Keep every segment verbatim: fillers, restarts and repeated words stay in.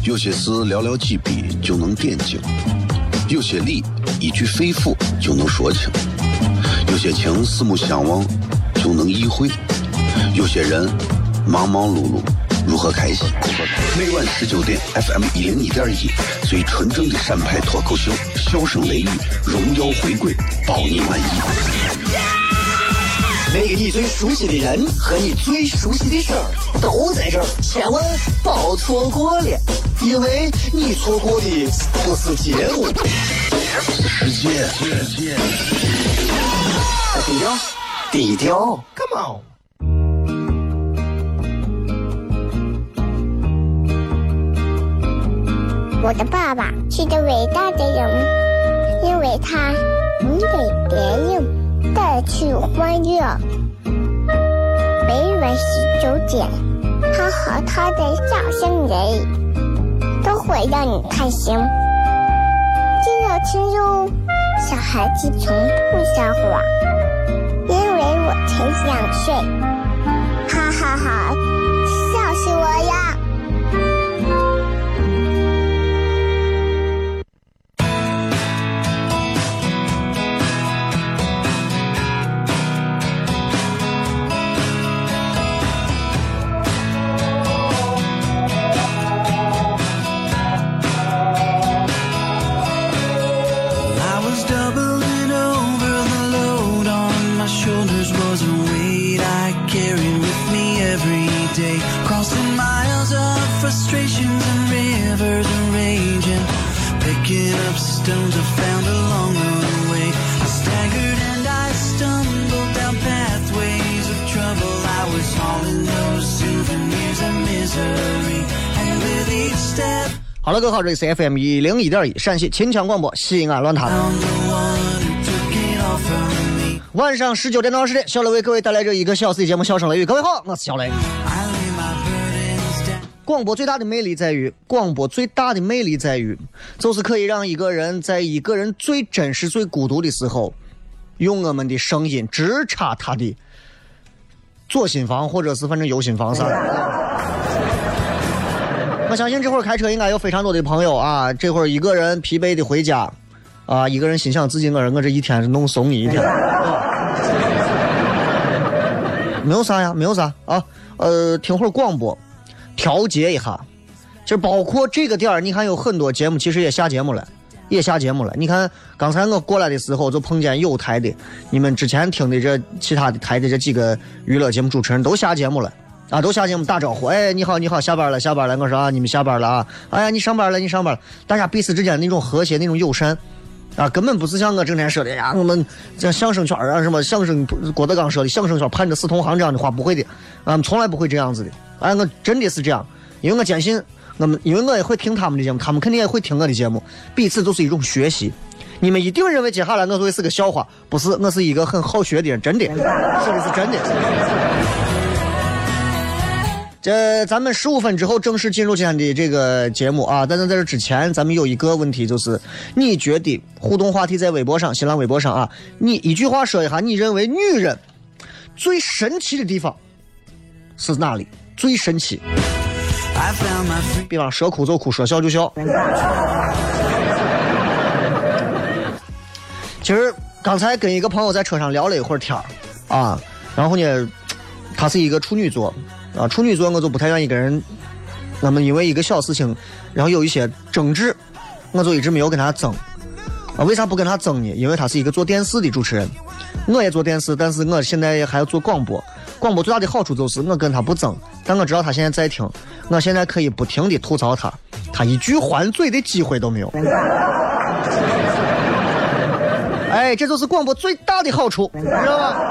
有些事寥寥几笔就能点睛，有些理一句肺腑就能说清，有些情四目相望就能意会，有些人忙忙碌碌如何开心。每晚十九点 F M 一零一点一，最纯正的陕派脱口秀，笑声雷雨，荣耀回归，保你满意。 那个你最熟悉的人和你最熟悉的事儿都在这儿，千万别错过了，因为你错过的不是节目， 世界。 低调，低调 ，Come on。 我的爸爸是个伟大的人，因为他能给别人带去欢乐。每晚十九点，他和他的笑声人都会让你开心。记得听哟，小孩子从不撒谎，因为我才两岁。哈哈哈，笑死我呀！ Stones are found along the way. I staggered and I stumbled down pathways of trouble. I was hauling those souvenirs of misery. And with each step. 好了，各位好，这里是 F M 一零一点一陕西秦腔广播西安论坛。晚上十九点到二十点，小雷为各位带来这一个小时的节目《笑声雷雨》。各位好，我是小雷。广播最大的魅力在于，广播最大的魅力在于，就是可以让一个人在一个人最真实、最孤独的时候，用我们的声音直插他的左心房，或者是反正右心房上。我相信这会儿开车应该有非常多的朋友啊，这会儿一个人疲惫的回家，啊，一个人心想自己个人，我这一天是弄怂你一天。没有啥呀，没有啥啊，呃，听会儿广播。调节一下，就是包括这个点儿，你看有很多节目其实也下节目了，也下节目了。你看刚才我过来的时候就碰见有台的，你们之前听的这其他的台的这几个娱乐节目主持人都下节目了啊，都下节目打招呼，哎，你好，你好，下班了，下班了，我说啊，你们下班了啊，哎呀，你上班了，你上班了，大家彼此之间那种和谐，那种友善。啊，根本不是像我整天说的呀，我们像相声圈啊，什么相声郭德纲说的相声圈盼着四同行这样的话不会的，啊，从来不会这样子的。哎，我真的是这样，因为我坚信我们，因为我也会听他们的节目，他们肯定也会听我的节目，彼此都是一种学习。你们一定认为接下来我会是个笑话，不是，我是一个很好学的人，真的，说的是真的。这咱们十五分之后正式进入今天的这个节目啊，但是在这之前，咱们有一个问题，就是你觉得互动话题在微博上、新浪微博上啊，你一句话说一下，你认为女人最神奇的地方是哪里？最神奇？比方说哭就哭，说笑就笑。其实刚才跟一个朋友在车上聊了一会儿天啊，然后呢，他是一个处女座。啊，处女座我就不太愿意跟人，那么因为一个小事情，然后有一些争执，我就一直没有跟他争。啊，为啥不跟他争呢？因为他是一个做电视的主持人，我也做电视，但是我现在还要做广播。广播最大的好处就是我跟他不争，但我知道他现在在听，我现在可以不停地吐槽他，他一句还嘴的机会都没有。哎，这就是广播最大的好处，知道吗？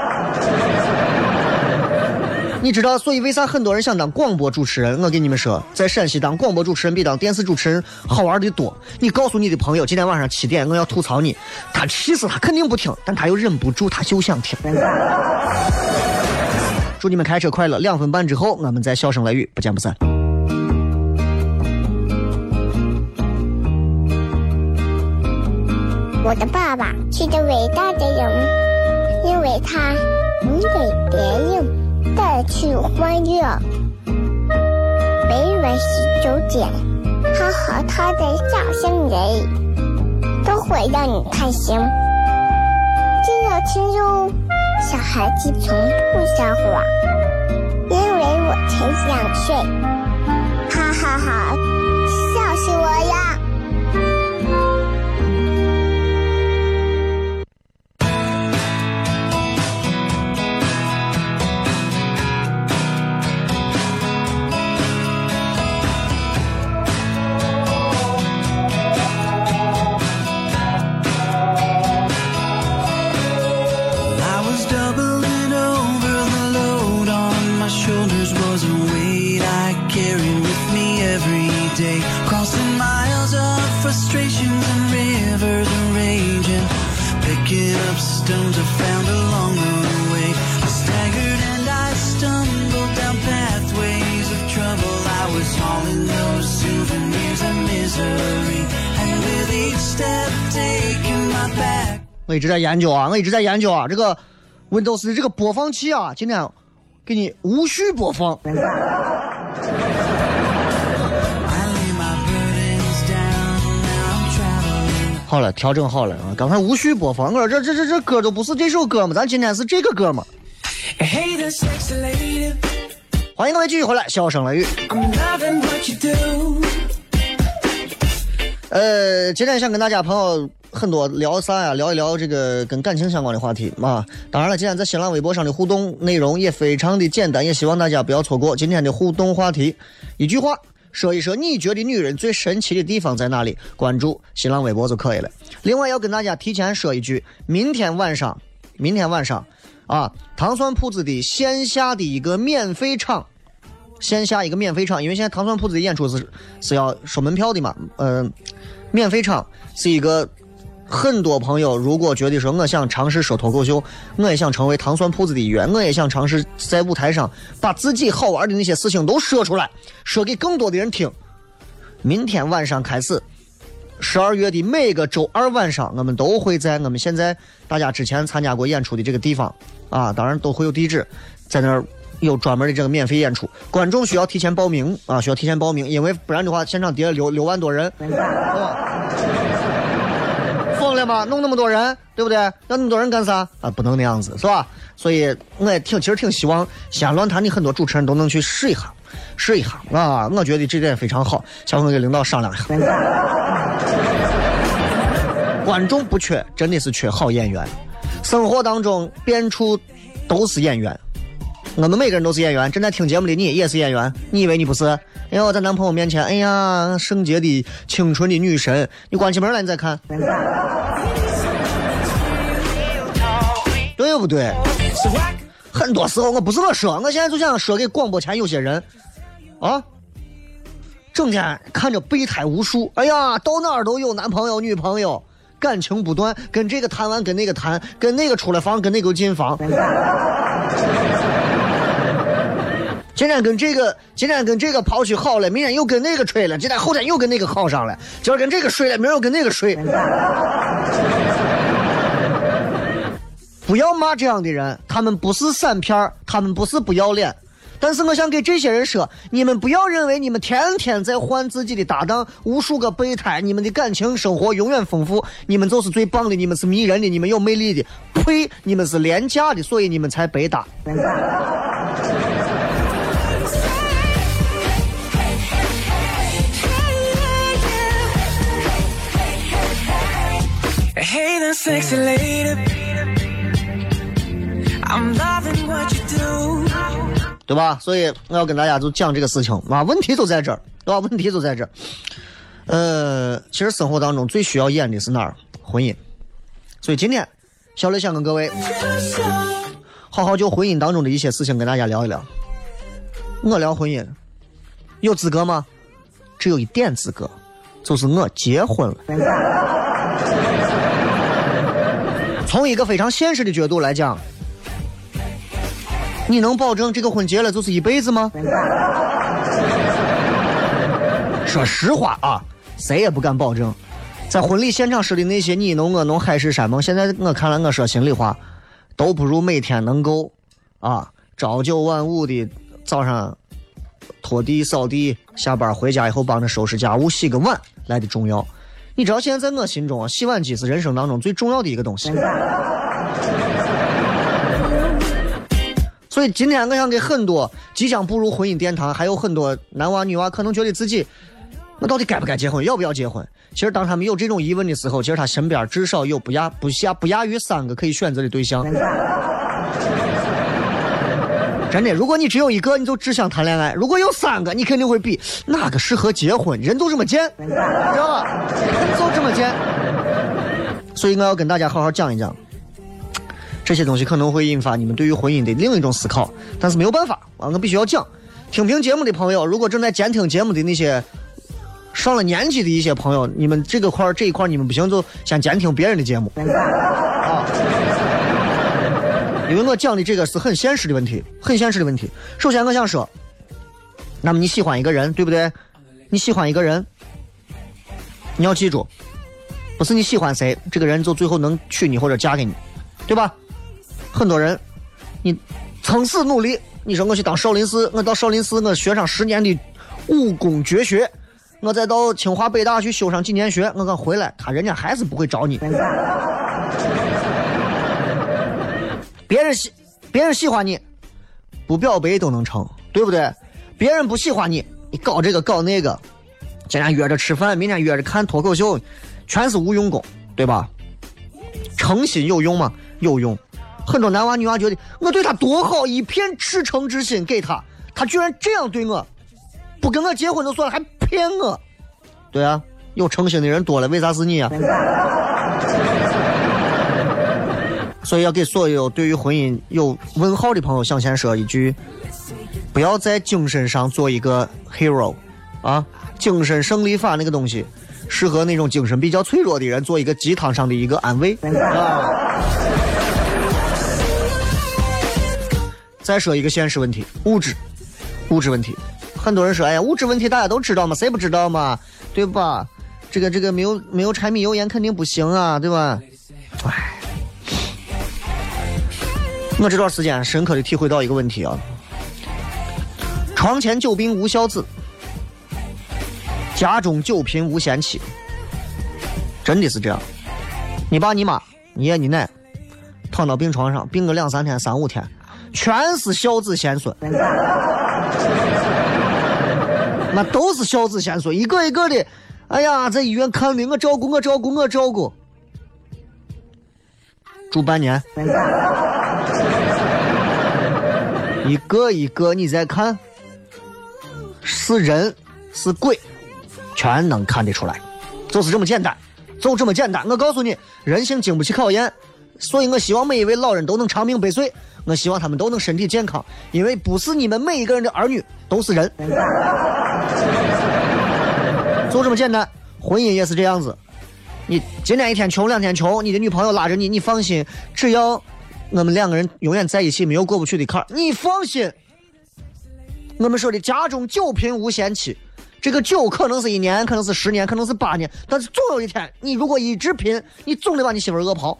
你知道，所以为啥很多人想当广播主持人？我跟你们说，在陕西当广播主持人比当电视主持人好玩的多。你告诉你的朋友，今天晚上七点我要吐槽你，他其实他肯定不听，但他又忍不住，他就想听。祝你们开车快乐！两分半之后，我们在笑声雷雨不见不散。 我的爸爸是个伟大的人，因为他能给别人带去欢乐。每晚十九点，他好好他的笑声人，都会让你开心。真有情哟，小孩子从不撒谎，因为我才想睡。哈哈哈，笑死我呀！ Crossing miles of frustrations and rivers are raging, picking up stones I found along the way. I staggered and I stumbled down pathways of trouble. I was hauling those souvenirs of misery, and with each step taking my back. 我一直在研究啊，我一直在研究啊，这个 Windows 的这个播放器啊，今天给你无序播放。好了，调整好了啊！刚才无序播放，我说这这这这歌都不是这首歌嘛，咱今天是这个歌嘛。欢迎各位继续回来，笑声雷雨。呃，今天想跟大家朋友很多聊啥呀？聊一聊这个跟感情相关的话题啊。当然了，今天在新浪微博上的互动内容也非常的简单，也希望大家不要错过今天的互动话题。一句话。说一说你觉得女人最神奇的地方在哪里？关注新浪微博就可以了。另外要跟大家提前说一句，明天晚上，明天晚上啊，糖蒜铺子的线下的一个免费场，线下一个免费场，因为现在糖蒜铺子的演出是是要收门票的嘛，嗯、呃，免费场是一个。很多朋友如果觉得说我想尝试说脱口秀，我也想成为糖蒜铺子的一员，我也想尝试在舞台上把自己好玩的那些事情都说出来，说给更多的人听。明天晚上开始，十二月的每个周二晚上，我们都会在我们现在大家之前参加过演出的这个地方啊，当然都会有地址，在那儿有专门的这个免费演出，观众需要提前报名啊，需要提前报名，因为不然的话现场跌了六六万多人。疯了吗？弄那么多人，对不对？要那么多人干啥啊？不能那样子，是吧？所以我也挺，其实挺希望西安论坛的很多主持人都能去试一下，试一下啊！我觉得这点非常好，下回跟领导商量一下。观众不缺，真的是缺好演员。生活当中变处都是演员，我们每个人都是演员。正在听节目的你也是演员，你以为你不是？因为我在男朋友面前，哎呀，圣洁的青春的女神，你关起门来你再看，对不对？很多时候我不是我说，我现在就想说给广播前有些人啊，整天看着备胎无数，哎呀，到哪儿都有男朋友女朋友，感情不断，跟这个谈完跟那个谈，跟那个出了房跟那个进房。今天跟这个，今天跟这个跑去好了，明天又跟那个吹了，今天后天又跟那个好上了，今儿跟这个睡了，明儿又跟那个睡。不要骂这样的人，他们不是散片，他们不是不要脸。但是我想给这些人说，你们不要认为你们天天在换自己的搭档，无数个备胎，你们的感情生活永远丰富，你们就是最棒的，你们是迷人的，你们有魅力的。呸！你们是廉价的，所以你们才被打。 Hey there, sexy lady, I'm loving what you do. 对吧？所以我要跟大家就讲这个事情啊，问题就在这儿，对吧？问题就在这儿。呃，其实生活当中最需要演的是哪儿？婚姻。所以今天小雷想跟各位好好就婚姻当中的一些事情跟大家聊一聊。我聊婚姻有资格吗？只有一点资格，就是我结婚了。从一个非常现实的角度来讲，你能保证这个婚结了就是一辈子吗？说实话啊，谁也不敢保证。在婚礼现场说的那些你侬我侬海誓山盟，现在我看了，我说心里话，都不如每天能够啊朝九晚五的早上拖地扫地，下班回家以后帮着收拾家务洗个碗来的重要。你知道现在在我心中啊，洗碗机是人生当中最重要的一个东西。所以今天我想给很多即将步入婚姻殿堂，还有很多男娃女娃可能觉得自己那到底该不该结婚，要不要结婚，其实当他们有这种疑问的时候，其实他身边至少有不亚不下不亚于三个可以选择的对象。真的，如果你只有一个，你就只想谈恋爱；如果有三个，你肯定会比哪个适合结婚。人都这么贱，知道吧？人都这么贱。所以我要跟大家好好讲一讲，这些东西可能会引发你们对于婚姻的另一种思考，但是没有办法啊，我必须要讲。听评节目的朋友，如果正在监听节目的那些上了年纪的一些朋友，你们这个块这一块你们不行，就先监听别人的节目啊。因为我讲的这个是很现实的问题，很现实的问题。首先我想说，那么你喜欢一个人，对不对？你喜欢一个人，你要记住，不是你喜欢谁，这个人就最后能娶你或者嫁给你，对吧？很多人，你曾死努力，你说我去当少林寺，我到少林寺我学上十年的武功绝学，我再到清华北大去修上几年学，我刚回来，他人家还是不会找你。别人喜别人喜欢你，不表白都能成，对不对？别人不喜欢你，你搞这个搞那个，今天约着吃饭，明天约着看脱口秀，全是无用功，对吧？诚心有用吗？有用。很多男娃女娃觉得我对他多好，一片赤诚之心给他，他居然这样对我，不跟我结婚就算了，还骗我。对啊，有诚心的人多了，为啥是你啊？所以要给所有对于婚姻有问号的朋友向前说一句，不要在精神上做一个 hero 啊，精神胜利法那个东西适合那种精神比较脆弱的人做一个鸡汤上的一个安慰啊。再说一个现实问题，物质物质问题。很多人说，哎呀，物质问题大家都知道嘛，谁不知道嘛，对吧？这个这个没有没有柴米油盐肯定不行啊，对吧？哎，我这段时间深刻的体会到一个问题啊，床前久病无孝子，家中久贫无贤妻，真的是这样。你爸你妈你爷你奶躺到病床上病个两三天三五天，全是孝子贤孙，那都是孝子贤孙，一个一个的，哎呀，在医院看病我照顾我照顾我照顾，住半年，一个一个你再看，是人是鬼，全能看得出来，就是这么简单，就这么简单。我告诉你，人性经不起考验，所以我希望每一位老人都能长命百岁，我希望他们都能身体健康，因为不是你们每一个人的儿女都是人，就这么简单。婚姻也是这样子，你今天一天穷两天穷，你的女朋友拉着你，你放心，只要我们两个人永远在一起，没有过不去的坎儿，你放心。我们说的家中久贫无贤妻，这个久可能是一年，可能是十年，可能是八年，但是总有一天，你如果一直贫，你总得把你媳妇儿饿跑。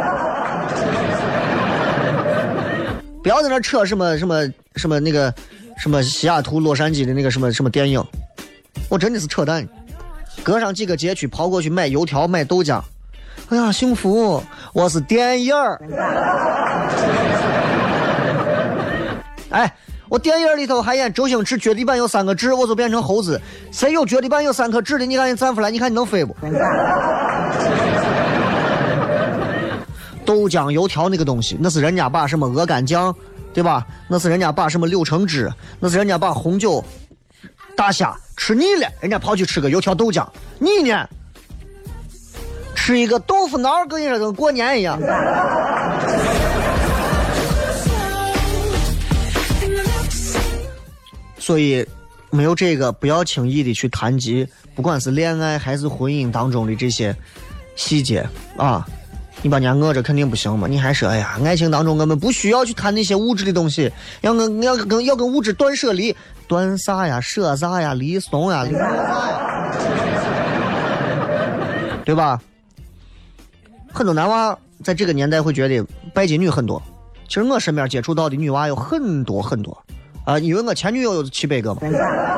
不要在那扯什么什么什么那个什么西雅图洛杉矶的那个什么什么电影，我真的是扯淡。隔上几个街区跑过去买油条买豆浆，哎呀幸福，我是电影儿。哎，我电影里头还演周星驰脚底板有三个痣，我就变成猴子。谁有脚底板有三颗痣的，你赶紧站出来，你看你能飞不？豆浆油条那个东西，那是人家把什么鹅肝酱，对吧？那是人家把什么柳橙汁，那是人家把红酒大虾吃腻了，人家跑去吃个油条豆浆，你呢吃一个豆腐脑，跟人跟过年一样。所以没有这个，不要轻易的去谈及，不管是恋爱还是婚姻当中的这些细节啊。你把人家饿着肯定不行嘛，你还说哎呀，爱情当中我们不需要去谈那些物质的东西，要跟要跟要跟物质断舍离，断啥呀，舍啥呀，离怂呀，离啥呀，对吧？很多男娃在这个年代会觉得拜金女很多，其实我身边接触到的女娃有很多很多啊，以为我前女友有七百个吗？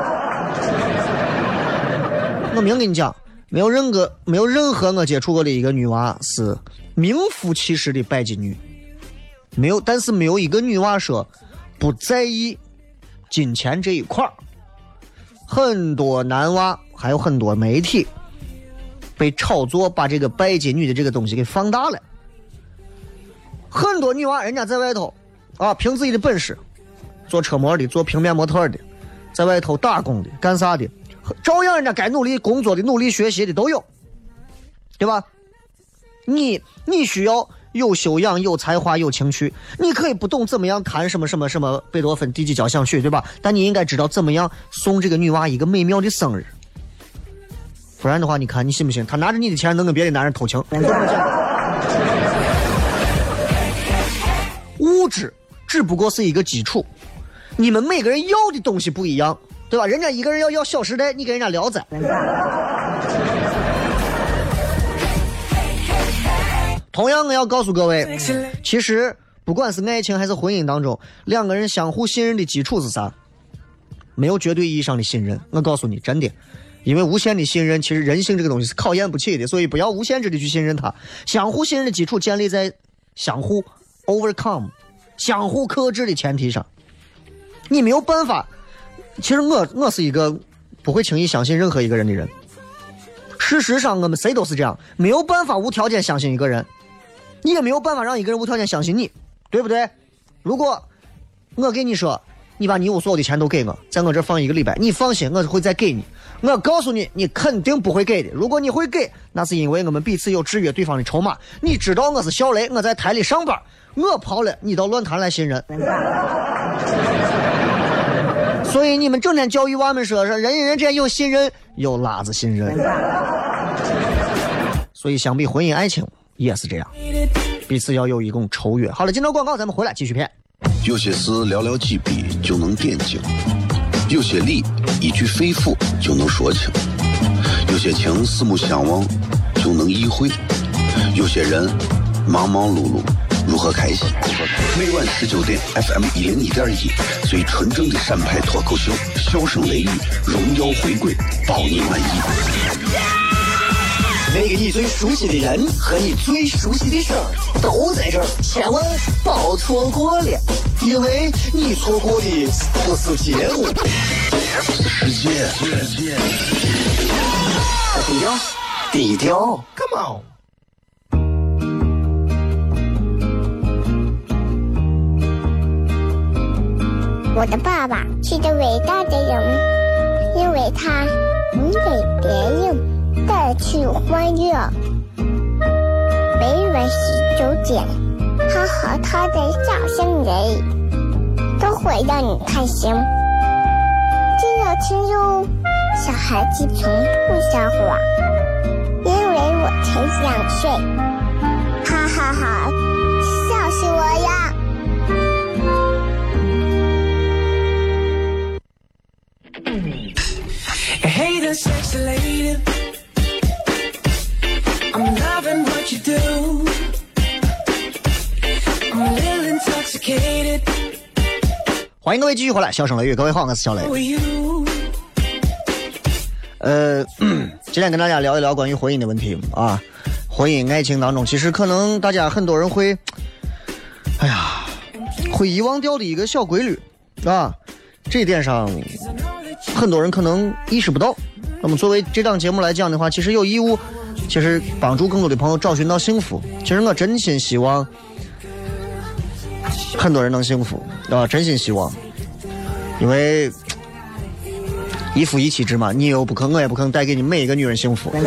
我明跟你讲，没有任何没有任何我接触过的一个女娃是名副其实的拜金女，没有，但是没有一个女娃说不在意金钱这一块儿。很多男娃还有很多媒体被炒作，把这个拜金女的这个东西给放大了。很多女娃人家在外头啊，凭自己的本事，做车模的，做平面模特的，在外头打工的，干啥的，照样人家该努力工作的，努力学习的都有，对吧？你你需要有修养、有才华、有情趣，你可以不懂怎么样弹什么什么什么贝多芬第几交响曲，对吧？但你应该知道怎么样送这个女娃一个美妙的生日。不然的话，你看你信不信？他拿着你的钱能跟别的男人偷情？物质只不过是一个基础，你们每个人要的东西不一样，对吧？人家一个人要要小时代，你给人家聊斋。同样我要告诉各位，其实不管是爱情还是婚姻当中，两个人相互信任的基础是啥？没有绝对意义上的信任。我告诉你，真的，因为无限的信任，其实人性这个东西是考验不起的，所以不要无限制的去信任它。相互信任的基础建立在相互 overcome 相互克制的前提上。你没有办法，其实我我是一个不会轻易相信任何一个人的人。事实上我们谁都是这样，没有办法无条件相信一个人，你也没有办法让一个人无条件相信你，对不对？如果我给你说你把你我所有的钱都给我，在我这放一个礼拜，你放心，我会再给你。我告诉你，你肯定不会给的。如果你会给，那是因为我们彼此有制约对方的筹码。你知道我是小雷，我在台里上班，我跑了，你到论坛来信任。所以你们整天教育娃们说说人与人之间有信任，有拉子信任。所以相比婚姻爱情也是这样，彼此要有一种筹约。好了，进到广告，咱们回来继续片。 有些事寥寥几笔就能点睛，有些理一句肺腑就能说清，有些情四目相望就能意会，有些人忙忙碌碌如何开心。每晚十九点 F M 一零一点一，最纯正的陕派脱口秀，笑声雷雨，荣耀回归，保你满意。 那个你最熟悉的人和你最熟悉的事儿都在这儿，千万别错过了，因为你错过的不是节目， 世界低调低调 ，Come on。 我的爸爸是个伟大的人，因为他能给别人带去欢乐。每晚十九点，他和他的笑声人，都会让你开心。记得听哟，小孩子从不撒谎，因为我才两岁。哈哈哈，笑死我呀！ Hey there, sexy lady. I'm loving what you do. I'm a little intoxicated. 欢迎各位继续回来，笑声雷雨，各位好，我是小雷。呃，今天跟大家聊一聊关于婚姻的问题啊。婚姻爱情当中，其实可能大家很多人会，哎呀，会遗忘掉的一个小规律啊。这一点上，很多人可能意识不到。那么作为这档节目来讲的话，其实有义务其实帮助更多的朋友找寻到幸福。其实我真心希望很多人能幸福啊，真心希望，因为一夫一妻制嘛，你又不可能，我也不可能带给你每一个女人幸福，对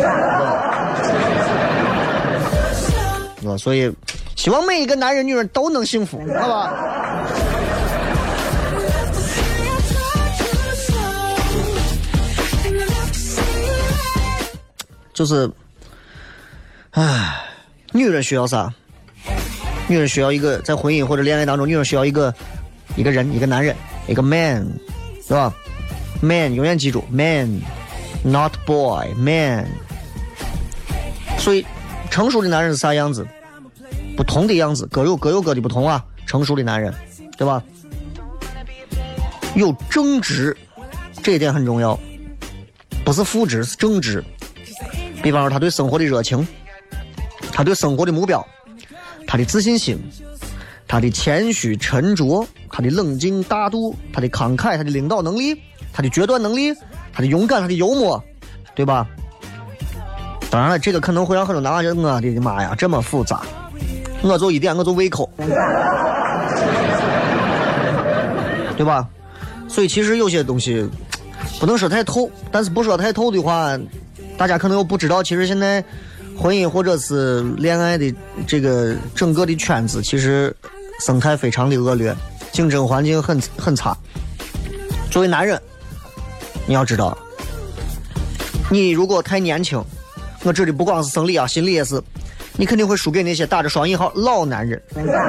吧？所以希望每一个男人女人都能幸福，好吧？就是，唉，女人需要啥？女人需要一个，在婚姻或者恋爱当中，女人需要一个一个人，一个男人，一个 man， 对吧 ？man 永远记住 ，man not boy man。所以，成熟的男人是啥样子？不同的样子，各有各有各的不同啊。成熟的男人，对吧？ 有正直，这一点很重要，不是复制，是正直。比方说他对生活的热情，他对生活的目标，他的自信心，他的谦虚沉着，他的冷静大度，他的慷慨，他的领导能力，他的决断能力，他的勇敢，他的幽默，对吧？当然了，这个可能会让很多男娃觉得我的妈呀这么复杂，我就一点我就胃口，对吧？所以其实有些东西不能说太透，但是不说太透的话，大家可能又不知道，其实现在婚姻或者是恋爱的这个整个的圈子其实生态非常的恶劣，竞争环境很很差。作为男人你要知道，你如果太年轻，我这里不光是生理啊，心理也是，你肯定会输给那些打着双引号老男人，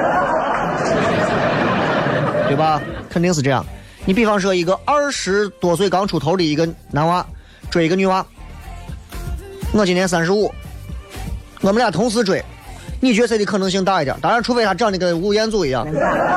对吧？肯定是这样。你比方说一个二十多岁刚出头的一个男娃追一个女娃，我今年三十五，我们俩同时追，你觉得谁的可能性大一点？当然除非他长得跟吴彦祖一样，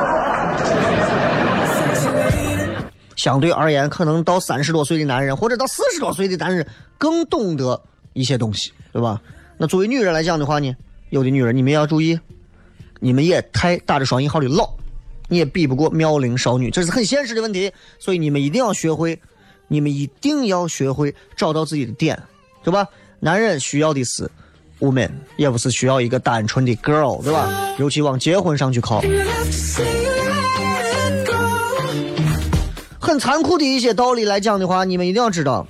相对而言可能到三十多岁的男人或者到四十多岁的男人更懂得一些东西，对吧？那作为女人来讲的话呢，有的女人你们要注意，你们也太打着双引号的老，你也比不过妙龄少女，这是很现实的问题。所以你们一定要学会，你们一定要学会找到自己的点，对吧？男人需要的是 woman， 也不是需要一个单纯的 girl， 对吧？尤其往结婚上去靠。很残酷的一些道理来讲的话，你们一定要知道，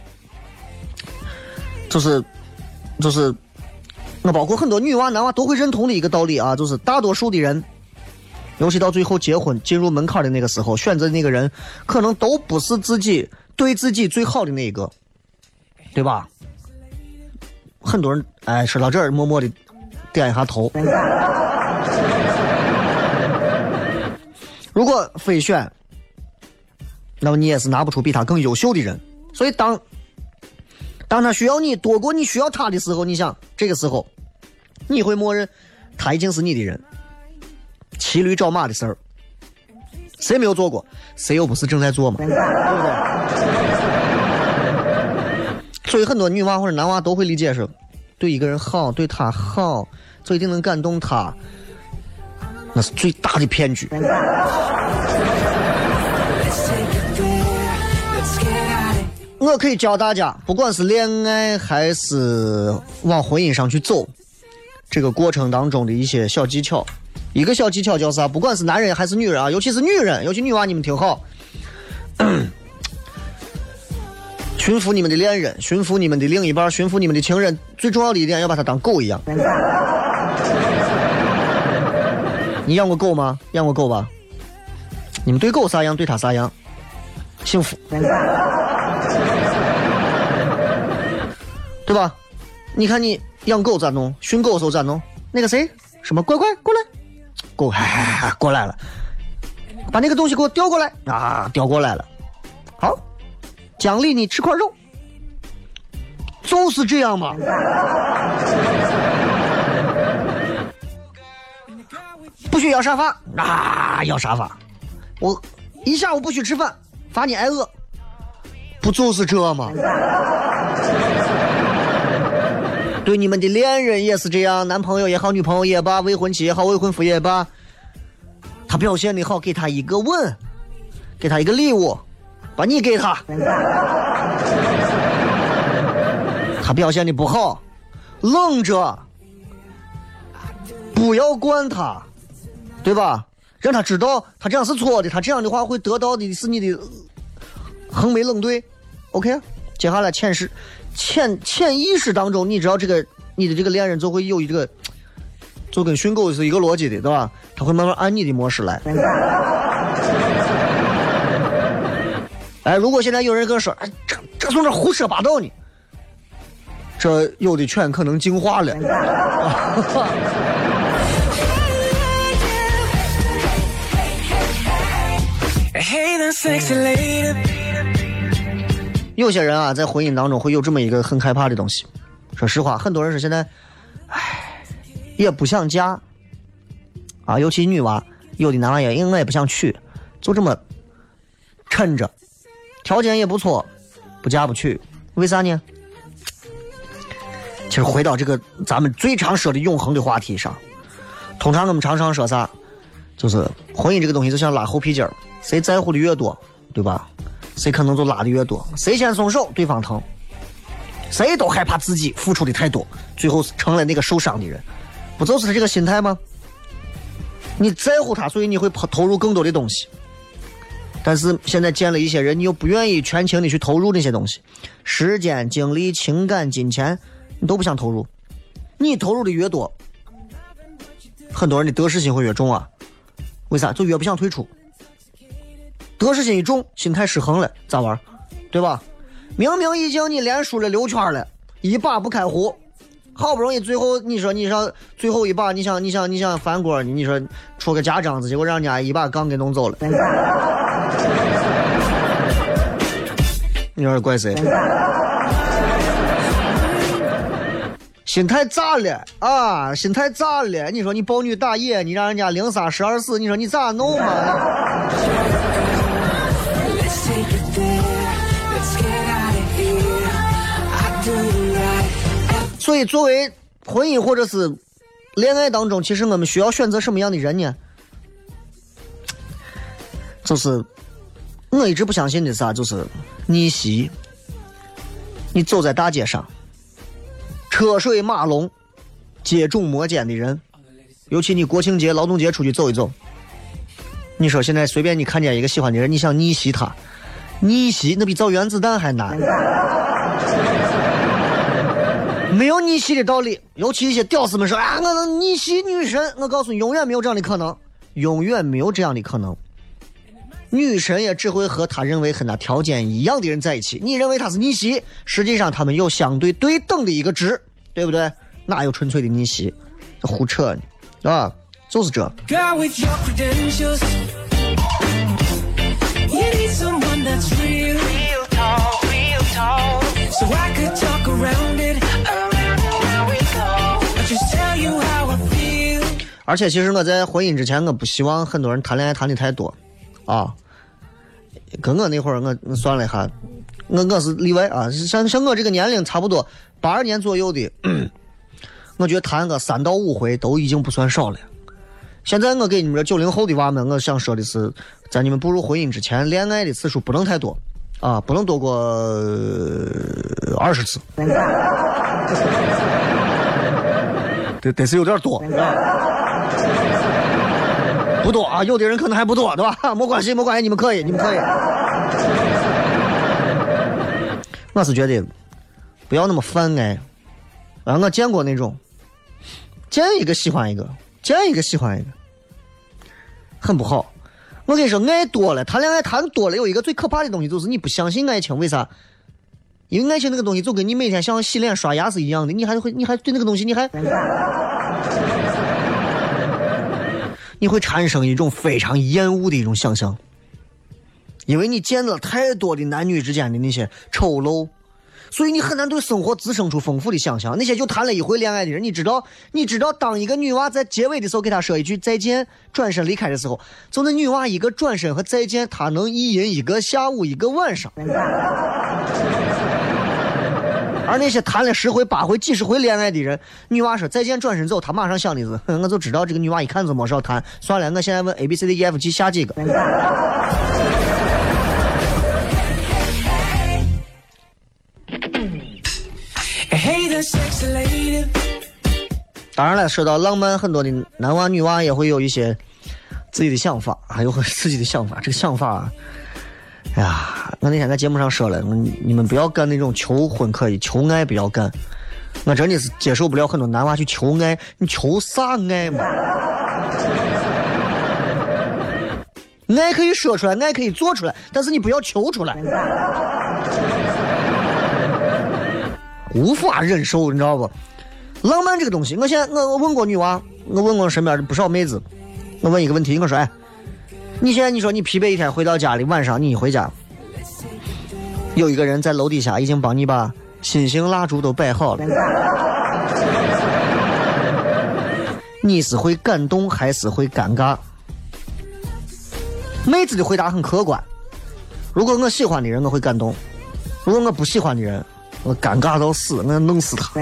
就是就是那包括很多女娃男娃都会认同的一个道理啊，就是大多数的人，尤其到最后结婚进入门槛的那个时候，选择的那个人可能都不是自己对自己最好的那一个，对吧？很多人哎说到这儿默默的点一下头。如果非选，那么你也是拿不出比他更优秀的人。所以当当他需要你多过你需要他的时候，你想这个时候你会默认他已经是你的人。骑驴找马的事儿谁没有做过，谁又不是正在做嘛，对不对？所以很多女娃或者男娃都会理解是对一个人好，对他好，就一定能感动他，那是最大的骗局。我可以教大家，不管是恋爱还是往婚姻上去走，这个过程当中的一些小技巧。一个小技巧叫啥？不管是男人还是女人啊，尤其是女人，尤其女娃，你们听好，驯服你们的恋人，驯服你们的另一半，驯服你们的情人，最重要的一点要把它当狗一样。你养过狗吗？养过狗吧？你们对狗啥样，对它啥样？幸福，对吧？你看你养狗咋弄？训狗的时候咋弄？那个谁，什么乖乖过来，狗哎过来了，把那个东西给我叼过来啊，叼过来了。好，奖励你吃块肉，就是这样嘛。不许要沙发啊，要沙发，我一下午不许吃饭，罚你挨饿，不就是这吗？对你们的恋人也是这样，男朋友也好，女朋友也罢，未婚妻也好，未婚夫也罢，他表现的好，给他一个吻，给他一个礼物，把你给他。他表现的不好，愣着，不要管他，对吧？让他知道他这样是错的，他这样的话会得到的是你的横眉冷对。 OK， 接下来潜识潜潜意识当中，你知道这个你的这个恋人就会有一个就跟训狗是一个逻辑的，对吧？他会慢慢按你的模式来。哎，如果现在有人跟我说，哎，这这从这胡说八道呢，这有的犬可能进化了。有些人啊，在婚姻当中会有这么一个很害怕的东西。说实话，很多人是现在，唉，也不想嫁啊，尤其女娃，有的男娃也，因为我也不想娶，就这么趁着，条件也不错，不嫁不娶，为啥呢？其实回到这个咱们最常说的永恒的话题上，通常我们常常说啥，就是婚姻这个东西就像拉猴皮筋儿，谁在乎的越多，对吧？谁可能就拉的越多，谁先松手，对方疼。谁都害怕自己付出的太多，最后成了那个受伤的人，不就是他这个心态吗？你在乎他，所以你会投入更多的东西。但是现在见了一些人，你又不愿意全情的去投入那些东西，时间、精力、情感、金钱，你都不想投入。你投入的越多，很多人的得失心会越重啊。为啥？就越不想退出。得失心一重，心态失衡了，咋玩？对吧？明明已经你连输了六圈了，一把不开胡，好不容易最后你说你说最后一把你想你想你想翻锅，你说出个假章子，结果让人家一把杠给弄走了。你说怪谁？心态炸了啊！心态炸了！你说你暴女打野，你让人家零三十二四，你说你咋弄嘛？所以作为婚姻或者是恋爱当中，其实我们需要选择什么样的人呢？就是我一直不相信的啥，就是逆袭。你走在大街上，车水马龙、接踵摩肩的人，尤其你国庆节、劳动节出去走一走，你说现在随便你看见一个喜欢的人，你想逆袭他，逆袭那比造原子弹还难。没有逆袭的道理，尤其一些屌丝们说啊，我能逆袭女神，我告诉你，永远没有这样的可能，永远没有这样的可能。女神也只会和她认为和她条件一样的人在一起。你认为她是逆袭，实际上他们有相对对等的一个值，对不对？哪有纯粹的逆袭？这胡扯呢，啊，就是这。So I could talk around it, around it go. Just tell you how I feel. 而且其实我在婚姻之前，我不希望很多人谈恋爱谈的太多，啊，跟我那会儿我算了一下，我我是例外啊，像像我这个年龄差不多八十年左右的，我觉得谈个三到五回都已经不算少了。现在我给你们这九零后的娃们，我想说的是，在你们步入婚姻之前，恋爱的次数不能太多。啊，不能多过二十次，得得是有点多，不多啊，有的人可能还不多，对吧？没关系，没关系，你们可以，你们可以。我是觉得不要那么泛爱，啊，我见过那种见一个喜欢一个，见一个喜欢一个，很不好。我跟你说，爱多了，谈恋爱谈多了，有一个最可怕的东西就是你不相信爱情。为啥？因为爱情那个东西就跟你每天像洗脸刷牙是一样的，你还会，你还对那个东西，你还，你会产生一种非常厌恶的一种想象，因为你见了太多的男女之间的那些丑陋，所以你很难对生活滋生出丰富的想象。那些就谈了一回恋爱的人，你知道，你知道，当一个女娃在结尾的时候给她说一句再见，转身离开的时候，就那女娃一个转身和再见，她能意淫一个下午一个晚上。而那些谈了十回八回几十回恋爱的人，女娃说再见转身走，她马上想的是，我就知道这个女娃一看就没少谈，算了，我现在问 A B C D E F G 下几个。当然了，说到浪漫，很多的男娃女娃也会有一些自己的想法，还有自己的想法。这个想法啊，哎呀，我那天在节目上说了，你们不要干那种求婚可以，求爱不要干。我真的是接受不了很多男娃去求爱，你求啥爱嘛？爱可以说出来，爱可以做出来，但是你不要求出来。无法忍受，你知道不？浪漫这个东西，我现在我我问过女娃，我问过身边的不少妹子，我问一个问题，我说，哎，你现在你说你疲惫一天回到家里，晚上你一回家，有一个人在楼底下已经帮你把心形蜡烛都摆好了，你是会感动还是会尴尬？妹子的回答很客观， 如果我喜欢的人，我会感动；如果我不喜欢的人，我尴尬到死，我要弄死他。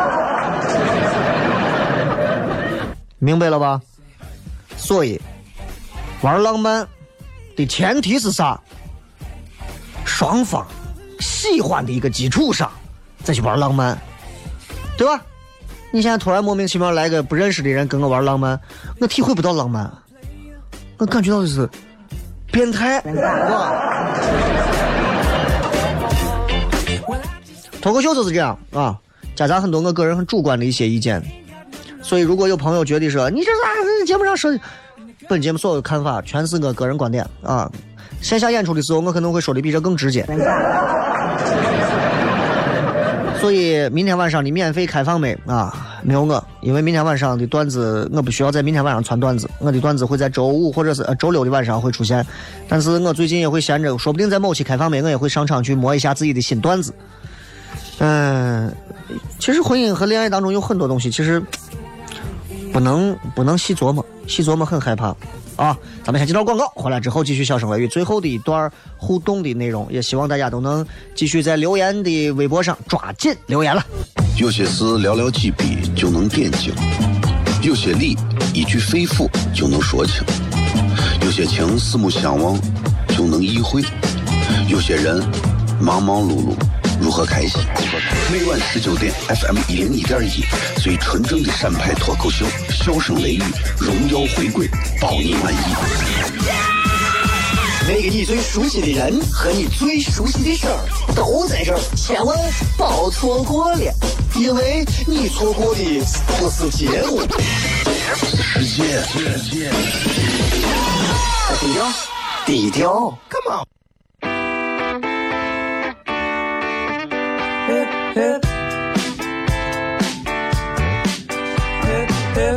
明白了吧？所以玩浪漫的前提是啥？双方喜欢的一个基础上再去玩浪漫，对吧？你现在突然莫名其妙来个不认识的人跟我玩浪漫，我体会不到浪漫，我感觉到的是变态。脱口秀就是这样啊，夹杂很多我个人很主观的一些意见。所以如果有朋友觉得说你这啥节目上说，本节目所有的看法全是我个人观点啊。线下演出的时候我可能会说的比这更直接。所以明天晚上的免费开放没啊？没有我，因为明天晚上的段子我不需要在明天晚上传段子，我的段子会在周五或者是、呃、周六的晚上会出现。但是我最近也会闲着，说不定在某期开放没我也会上场去磨一下自己的新段子。嗯，其实婚姻和恋爱当中有很多东西其实不能不能细琢磨，细琢磨很害怕啊！咱们先接到广告，回来之后继续笑声雷雨，最后的一段互动的内容，也希望大家都能继续在留言的微博上抓紧留言了。 有些事寥寥几笔就能点睛，有些理一句肺腑就能说清，有些情四目相望就能意会，有些人忙忙碌碌如何开心？每晚十九点 F M 一零一点一，最纯正的陕派脱口秀，笑声雷雨，荣耀回归，保你满意。 那个你最熟悉的人和你最熟悉的事儿都在这儿，千万别错过了，因为你错过的不是节目， 世界，世界， 低调，低调 ，Come on。Hip, hip, hip,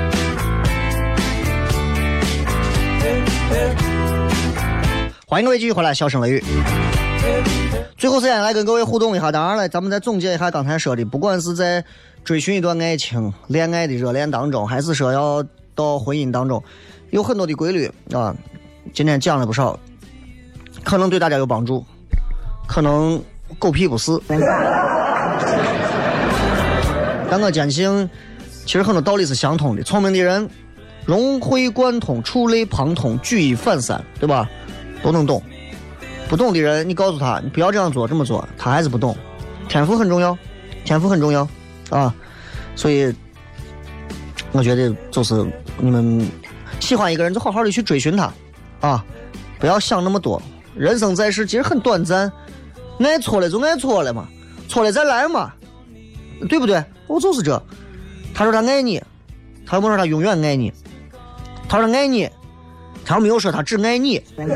hip, hip. 欢迎各位继续回来，笑声雷雨。最后时间来跟各位互动一下，当然了，咱们再总结一下刚才说的，不管是在追寻一段爱情、恋爱的热恋当中，还是说要到婚姻当中，有很多的规律啊。今天讲了不少，可能对大家有帮助，可能狗屁不是。但我坚信其实很多道理是相通的，聪明的人融会贯通，触类旁通，举一反三，对吧？都能懂。不懂的人你告诉他你不要这样做这么做，他还是不懂。天赋很重要，天赋很重要啊！所以我觉得就是你们喜欢一个人就好好的去追寻他啊，不要想那么多。人生在世其实很短暂，爱错了就爱错了嘛，错了再来嘛，对不对？我就是这。他说他爱你，他又没说他永远爱你，他说他爱你，他又没有说他只爱你，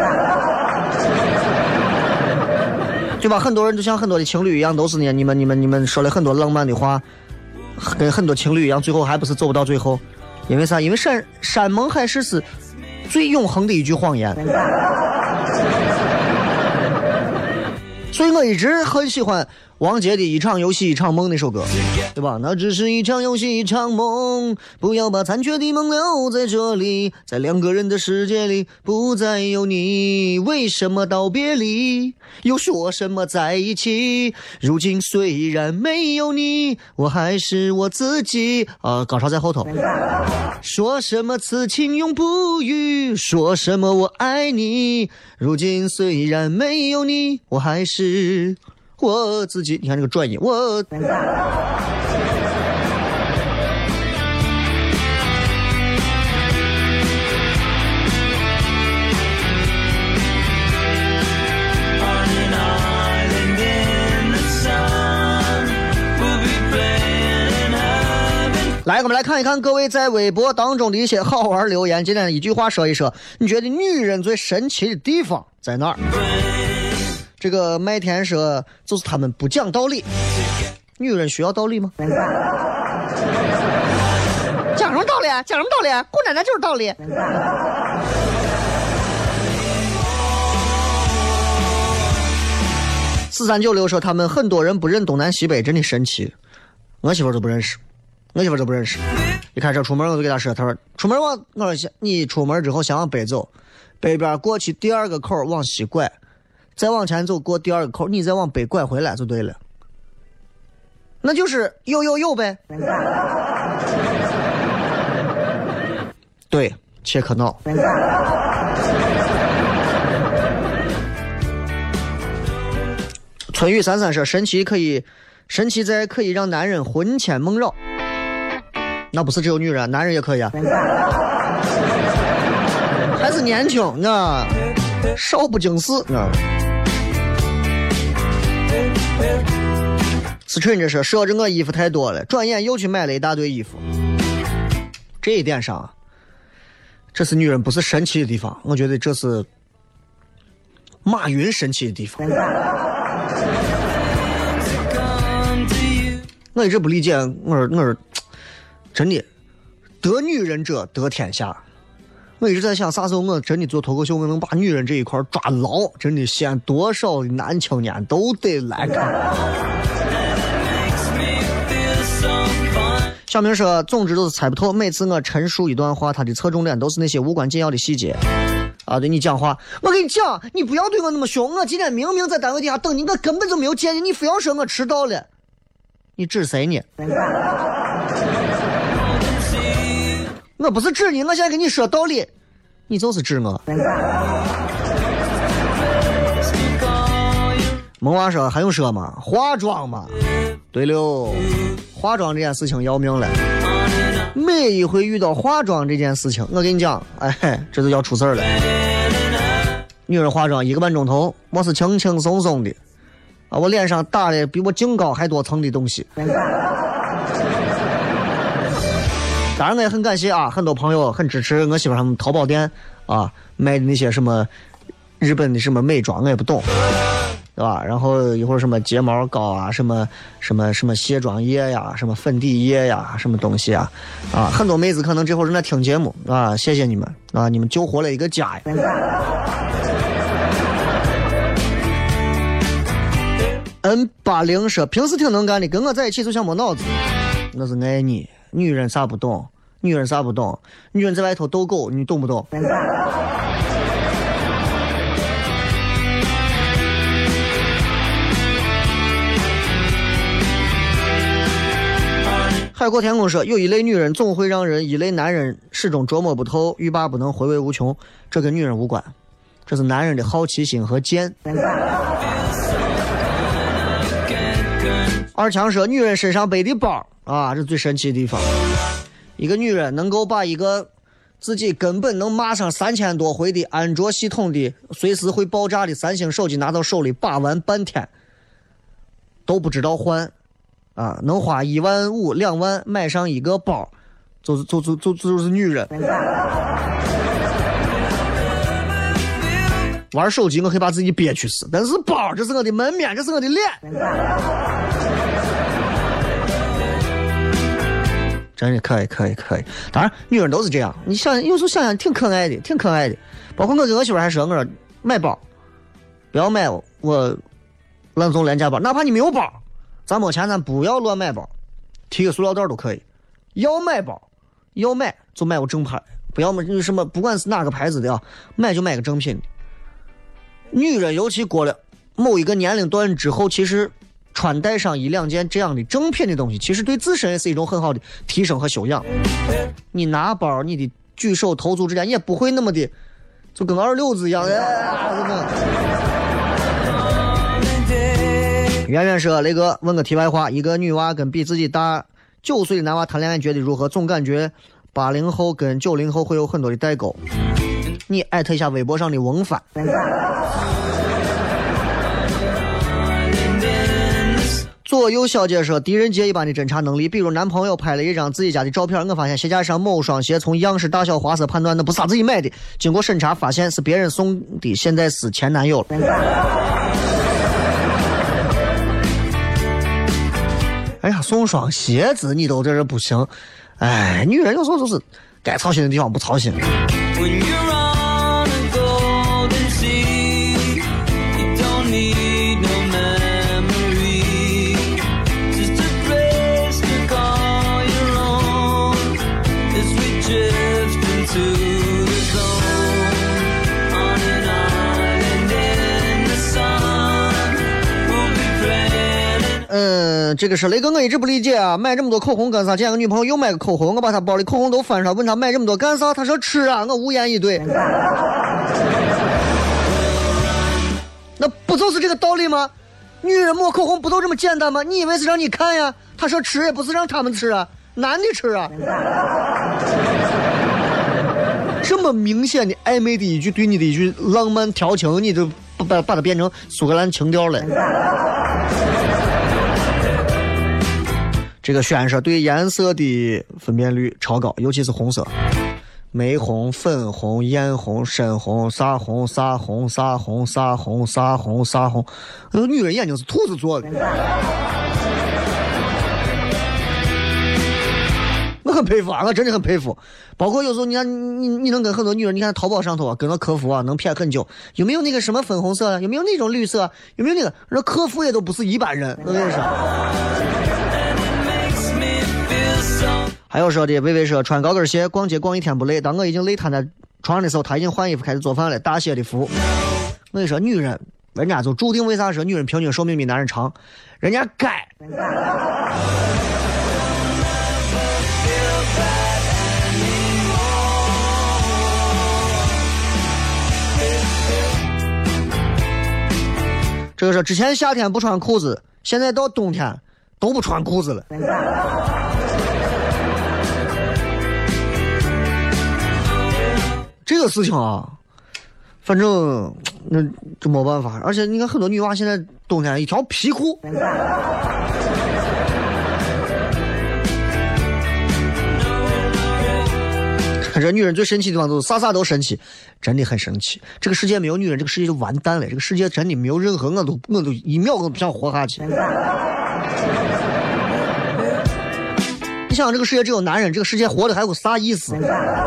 对吧？很多人就像很多的情侣一样，都是呢，你们你们你们说了很多浪漫的话，跟很多情侣一样，最后还不是走不到最后。因为啥？因为山山盟海誓是最永恒的一句谎言。所以我一直很喜欢王杰的一场游戏一场梦那首歌，对吧？那只是一场游戏一场梦，不要把残缺的梦留在这里，在两个人的世界里不再有你，为什么道别离又说什么在一起，如今虽然没有你我还是我自己啊，高潮在后头。说什么此情永不渝，说什么我爱你，如今虽然没有你我还是我自己。你看这个转音，我来，我们来看一看各位在微博当中的一些好玩留言。今天一句话说一说，你觉得女人最神奇的地方在哪儿？这个麦田说就是他们不讲道理。女人需要道理吗？讲什么道理啊？讲什么道理啊？姑奶奶就是道理。四三九六说他们很多人不认东南西北，真的神奇。我媳妇都不认识，我媳妇都不认识。一开车出门我就给她说，她说出门往我说你出门之后想往北走，北边过去第二个口往西拐， 再往前走过第二个口，你再往北拐回来就对了。那就是又又又呗。对，切克闹。春雨三三说，神奇可以，神奇在可以让男人魂牵梦绕。那不是只有女人，男人也可以啊。还是年轻啊，少不经事啊。思春这是说着我衣服太多了，转眼又去买了一大堆衣服。这一点上，这是女人不是神奇的地方，我觉得这是马云神奇的地方。我一直不理解，我说我说真的，得女人者得天下。我一直在想，啥时候我真的做脱口秀，我能把女人这一块抓牢？真的，西安多少的男青年都得来看。小明说，总之都是猜不透。每次我陈述一段话，他的侧重点都是那些无关紧要的细节。啊，对你讲话，我跟你讲，你不要对我那么凶。我今天明明在单位底下等你，我根本就没有见你，你非要说我迟到了，你指谁呢？我不是指你，我现在跟你说道理，你就是指我。萌娃说还用说吗？化妆嘛。对了，化妆这件事情要命了。每一回遇到化妆这件事情，我跟你讲，哎，这就要出事儿了。女人化妆一个半钟头，我是轻轻松松的啊，我脸上打了比我颈高还多层的东西。当然我也很感谢啊，很多朋友很支持我媳妇他们淘宝店啊卖的那些什么日本的什么美妆，我也不懂，对吧？然后一会儿什么睫毛膏啊，什么什么什么卸妆液呀，什么粉底液呀，什么东西啊啊！很多妹子可能这会儿正在听节目啊，谢谢你们啊，你们救活了一个家呀。N 八零说平时挺能干的，跟我在一起就像没脑子，那是爱你。女人啥不懂，女人啥不懂，女人在外头斗狗，你懂不懂？海阔天空说，有一类女人总会让人一类男人始终捉摸不透，欲罢不能，回味无穷，这跟女人无关，这是男人的好奇心和贱。二强说，女人身上背的包啊，这是最神奇的地方。一个女人能够把一个自己根本能骂上三千多回的安卓系统的随时会爆炸的三星手机拿到手里把玩半天都不知道换啊，能花一万五两万买上一个包，就就就就就是女人。玩手机我可以把自己憋屈死，但是包这是我的门面，这是我的脸。真的可以可以可以，当然女人都是这样，你想有时候想想挺可爱的，挺可爱的。包括我跟我媳妇还说，我说买包不要买我烂怂廉价包，哪怕你没有包，咱没钱咱不要乱买包，提个塑料袋都可以。要买包要买就买个正牌，不要买什么不管是哪个牌子的啊，买就买个正品的。女人尤其过了某一个年龄段之后，其实穿戴上一两件这样的正品的东西，其实对自身也是一种很好的提升和修养。你拿包你的举手投足之间也不会那么的就跟二六子一样。圆圆说，雷哥问个题外话，一个女娃跟比自己大九岁的男娃谈恋爱觉得如何？总感觉八零后跟九零后会有很多的代沟。你艾特一下微博上的翁帆。左右小姐说，狄仁杰一般的侦查能力，比如男朋友拍了一张自己家的照片，我发现鞋架上某双鞋从样式大小花色判断的不是他自己买的，经过审查发现是别人送的，现在是前男友了。哎呀，送双鞋子你都这是不行，哎，女人有时候就是该操心的地方不操心。 To the zone on an island in the sun. 嗯，这个是雷哥，我一直不理解啊，买这么多口红干啥？见个女朋友又买个口红，我把她包里口红都翻上，问她买这么多干啥？她说吃啊，我无言以对。那不就是这个道理吗？女人抹口红不都这么简单吗？你以为是让你看呀？她说吃也不是让他们吃啊，男的吃啊。这么明显的暧昧的一句对你的一句浪漫调情，你就把把它变成苏格兰情调了。这个选手对颜色的分辨率超高，尤其是红色，玫红、粉红、艳红、深红、啥红、啥红、啥红、啥红、啥红、啥红，那女人眼睛是兔子做的。我很佩服啊，我真的很佩服。包括有时候你看你你能跟很多女人，你看淘宝上头啊，跟个客服啊能骗很久，有没有那个什么粉红色啊，有没有那种绿色啊，有没有那个，那客服也都不是一般人，我跟你说。还有说的微微说穿高跟鞋逛街逛一天不累，当我已经累瘫在床上的时候，他已经换衣服开始做饭了，大写的服。我跟你说，女人人家就注定，为啥说女人平均寿命比男人长？人家该。这个是之前夏天不穿裤子，现在到冬天都不穿裤子了。这个事情啊，反正那就没办法。而且你看很多女娃现在冬天一条皮裤，这女人最神奇的地方就是啥啥都神奇，真的很神奇。这个世界没有女人，这个世界就完蛋了。这个世界真的没有任何，我都我都一秒我都不想活下去。你想这个世界只有男人，这个世界活的还有啥意思？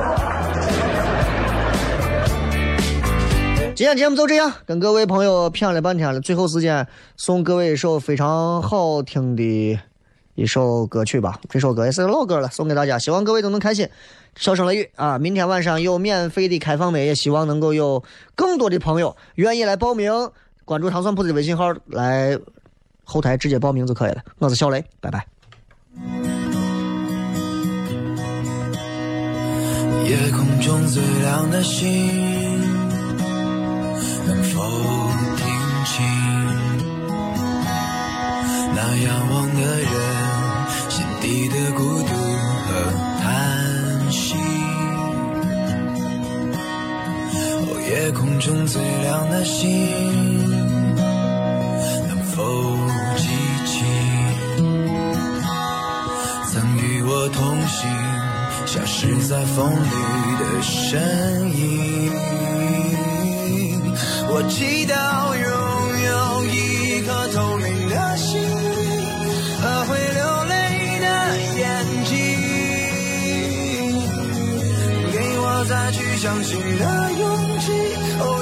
今天节目就这样，跟各位朋友谝了半天了，最后时间送各位一首非常好听的一首歌曲吧。这首歌也是老歌了，送给大家，希望各位都能开心。笑声雷雨啊，明天晚上有免费的开放麦，也希望能够有更多的朋友愿意来报名，关注糖蒜铺子的微信号来后台直接报名就可以了。我是小雷，拜拜。 夜空中最亮的星，能否听清那仰望的人心底的孤独和叹息？哦，夜空中最亮的星，能否记起曾与我同行消失在风里的身影？我祈祷拥有一颗透明的心灵和会流泪的眼睛，给我再去相信的勇气。